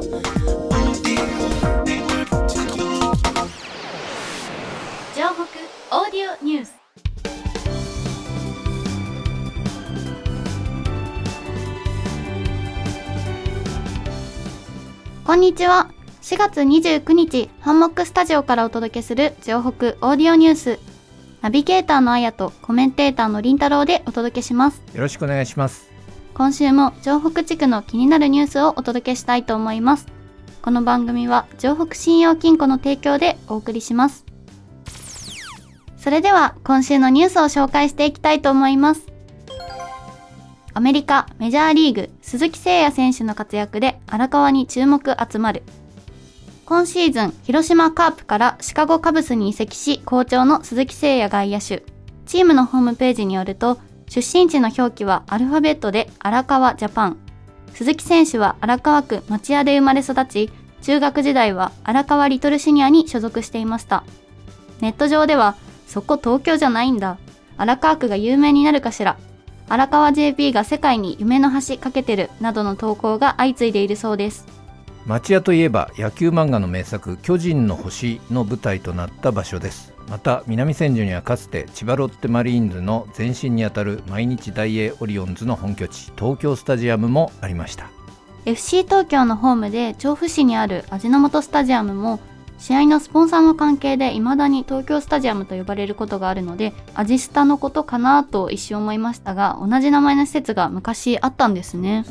城北オーディオニュース。こんにちは。4月29日、ハンモックスタジオからお届けする城北オーディオニュース。ナビゲーターのあやとコメンテーターのりんたろうでお届けします。 よろしくお願いします。 今週も城北地区の気になるニュースをお届けしたいと思います。この番組は城北信用金庫の提供でお送りします。それでは今週のニュースを紹介していきたいと思います。アメリカメジャーリーグ鈴木誠也選手の活躍で荒川に注目集まる。今シーズン広島カープからシカゴカブスに移籍し好調の鈴木誠也外野手。チームのホームページによると出身地の表記はアルファベットで荒川ジャパン。鈴木選手は荒川区町屋で生まれ育ち、中学時代は荒川リトルシニアに所属していました。ネット上ではそこ東京じゃないんだ、荒川区が有名になるかしら、荒川 JP が世界に夢の橋かけてるなどの投稿が相次いでいるそうです。 町屋といえば野球漫画の名作巨人の星の舞台となった場所です。また南千住にはかつて千葉ロッテマリーンズの前身にあたる毎日大英オリオンズの本拠地東京スタジアムもありました。 FC 東京のホームで調布市にある味の素スタジアムも試合のスポンサーの関係で未だに東京スタジアムと呼ばれることがあるので、アジスタのことかなと一瞬思いましたが、同じ名前の施設が昔あったんですね。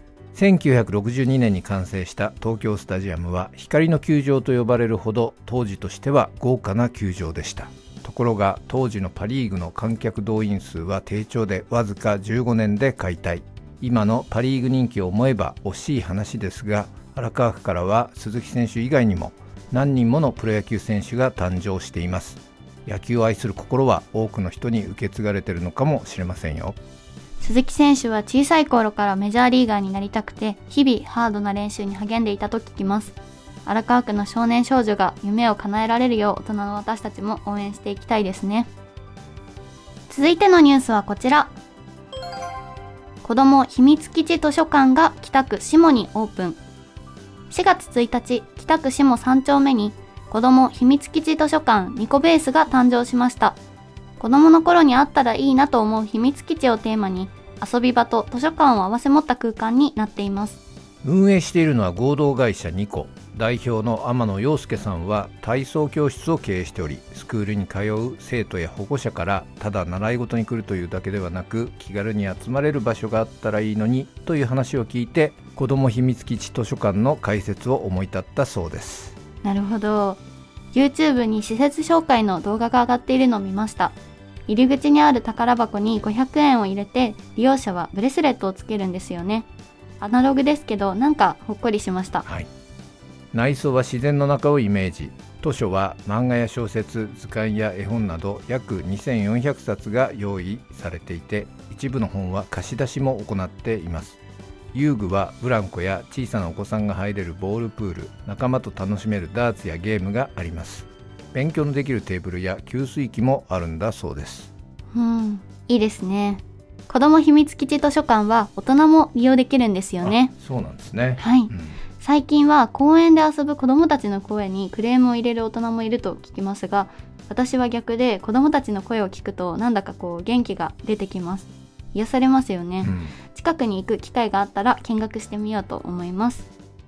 1962年に完成した東京スタジアムは光の球場と呼ばれるほど当時としては豪華な球場でした。ところが当時のパリーグの観客動員数は低調でわずか15年で解体。今のパリーグ人気を思えば惜しい話ですが、荒川区からは鈴木選手以外にも何人ものプロ野球選手が誕生しています。野球を愛する心は多くの人に受け継がれているのかもしれませんよ。 鈴木選手は小さい頃からメジャーリーガーになりたくて日々ハードな練習に励んでいたと聞きます。荒川区の少年少女が夢を叶えられるよう大人の私たちも応援していきたいですね。続いてのニュースはこちら。子ども秘密基地図書館が北区下にオープン。4月1日、北区下3丁目に子ども秘密基地図書館ニコベースが誕生しました。子供の頃にあったらいいなと思う秘密基地をテーマに遊び場と図書館を併せ持った空間になっています。 運営しているのは合同会社ニコ。代表の天野陽介さんは体操教室を経営しており、スクールに通う生徒や保護者からただ習い事に来るというだけではなく、気軽に集まれる場所があったらいいのにという話を聞いて、子ども秘密基地図書館の開設を思い立ったそうです。 なるほど。 YouTube に施設紹介の動画が上がっているのを見ました。入り口にある宝箱に500円を入れて利用者はブレスレットをつけるんですよね。アナログですけどなんかほっこりしました。 はい、内装は自然の中をイメージ。図書は漫画や小説、図鑑や絵本など約2400冊が用意されていて、一部の本は貸し出しも行っています。遊具はブランコや小さなお子さんが入れるボールプール、仲間と楽しめるダーツやゲームがあります。勉強のできるテーブルや給水器もあるんだそうです。 いいですね。子ども秘密基地図書館は大人も利用できるんですよね。 そうなんですね。 はい、最近は公園で遊ぶ子どもたちの声にクレームを入れる大人もいると聞きますが、私は逆で子どもたちの声を聞くとなんだか元気が出てきます。癒されますよね。近くに行く機会があったら見学してみようと思います。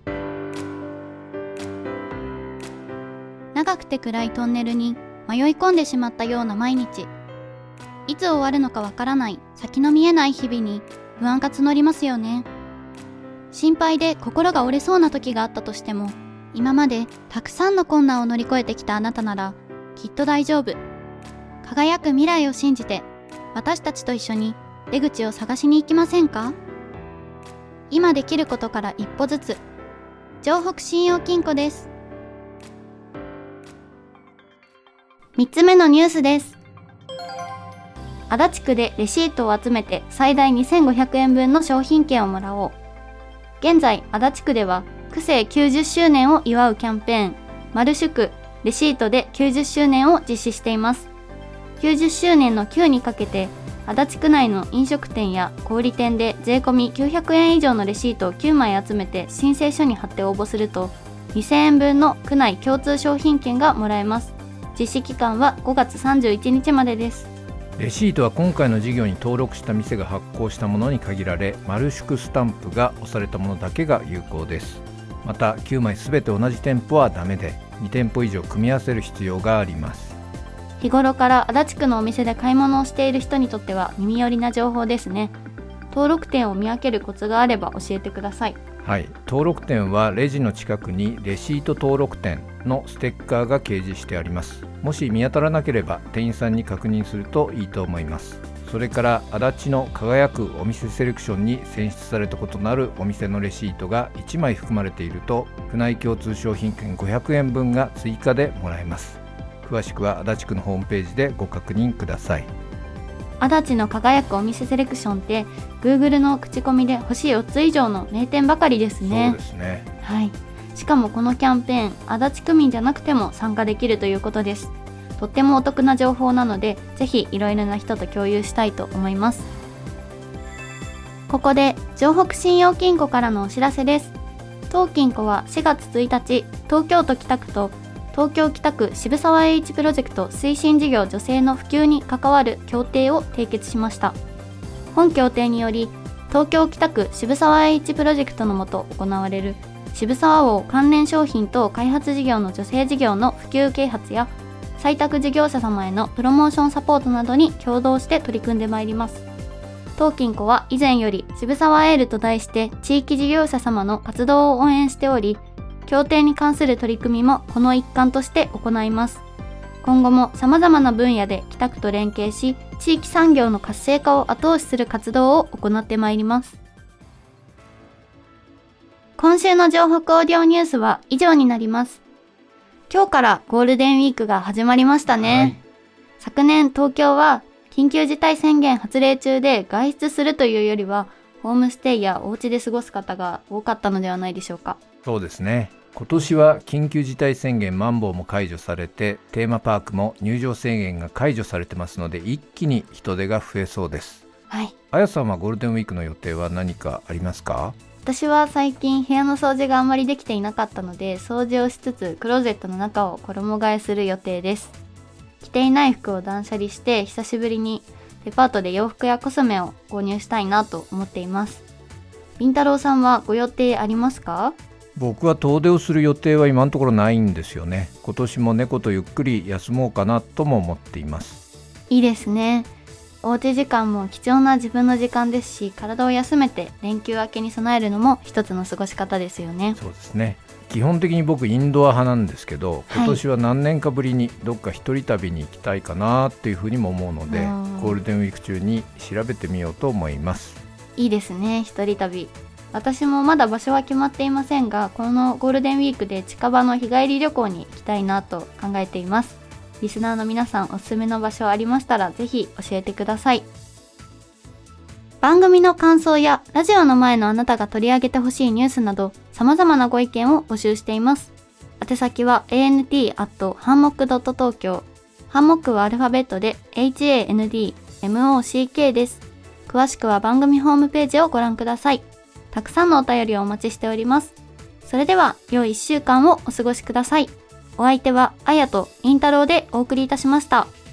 長くて暗いトンネルに迷い込んでしまったような毎日。いつ終わるのかわからない先の見えない日々に不安が募りますよね。心配で心が折れそうな時があったとしても、今までたくさんの困難を乗り越えてきたあなたならきっと大丈夫。輝く未来を信じて私たちと一緒に出口を探しに行きませんか？今できることから一歩ずつ。城北信用金庫です。3つ目のニュースです。足立区でレシートを集めて最大2500円分の商品券をもらおう。現在、足立区では区政90周年を祝うキャンペーン、マルシュ区レシートで90周年を実施しています。90周年の9にかけて足立区内の飲食店や小売店で税込み900円以上のレシートを9枚集めて申請書に貼って応募すると2000円分の区内共通商品券がもらえます。実施期間は5月31日までです。 レシートは今回の事業に登録した店が発行したものに限られ、丸縮スタンプが押されたものだけが有効です。また9枚すべて同じ店舗はダメで、2店舗以上組み合わせる必要があります。 日頃から足立区のお店で買い物をしている人にとっては耳寄りな情報ですね。登録店を見分けるコツがあれば教えてください。 はい、登録店はレジの近くにレシート登録店のステッカーが掲示してあります。もし見当たらなければ店員さんに確認するといいと思います。それから足立の輝くお店セレクションに選出されたことのあるお店のレシートが1枚含まれていると、区内共通商品券500円分が追加でもらえます。詳しくは足立区のホームページでご確認ください。 足立の輝くお店セレクションって Google の口コミで星4つ以上の名店ばかりですね。 そうですね。 はい。しかもこのキャンペーン、足立区民じゃなくても参加できるということです。とってもお得な情報なので、ぜひいろいろな人と共有したいと思います。ここで城北信用金庫からのお知らせです。当金庫は4月1日、東京都北区と東京北区渋沢栄一プロジェクト推進事業助成の普及に関わる協定を締結しました。本協定により、東京北区渋沢栄一プロジェクトの下行われる渋沢王関連商品等開発事業の助成事業の普及啓発や採択事業者様へのプロモーションサポートなどに共同して取り組んでまいります。当金庫は以前より渋沢エールと題して地域事業者様の活動を応援しており、協定に関する取り組みもこの一環として行います。今後も様々な分野で北区と連携し、地域産業の活性化を後押しする活動を行ってまいります。今週の城北オーディオニュースは以上になります。今日からゴールデンウィークが始まりましたね。はい、昨年東京は緊急事態宣言発令中で外出するというよりはホームステイやお家で過ごす方が多かったのではないでしょうか。 そうですね。今年は緊急事態宣言マンボウも解除されて、テーマパークも入場制限が解除されてますので、一気に人出が増えそうです。 はい。 あやさんはゴールデンウィークの予定は何かありますか？ 私は最近部屋の掃除があんまりできていなかったので、掃除をしつつクローゼットの中を衣替えする予定です。着ていない服を断捨離して、久しぶりにデパートで洋服やコスメを購入したいなと思っています。りんたろうさんはご予定ありますか？ 僕は遠出をする予定は今のところないんですよね。今年も猫とゆっくり休もうかなとも思っています。 いいですね。おうち時間も貴重な自分の時間ですし、体を休めて連休明けに備えるのも一つの過ごし方ですよね。 そうですね。基本的に僕インドア派なんですけど、今年は何年かぶりにどっか一人旅に行きたいかなっていうふうにも思うので、ゴールデンウィーク中に調べてみようと思います。 いいですね、一人旅。私もまだ場所は決まっていませんが、このゴールデンウィークで近場の日帰り旅行に行きたいなと考えています。リスナーの皆さん、おすすめの場所ありましたらぜひ教えてください。番組の感想やラジオの前のあなたが取り上げてほしいニュースなど様々なご意見を募集しています。宛先は ant@hanmock.tokyo。 ハンモックはアルファベットで HANDMOCK です。詳しくは番組ホームページをご覧ください。たくさんのお便りをお待ちしております。それでは良い1週間をお過ごしください。お相手はあやとりんたろうでお送りいたしました。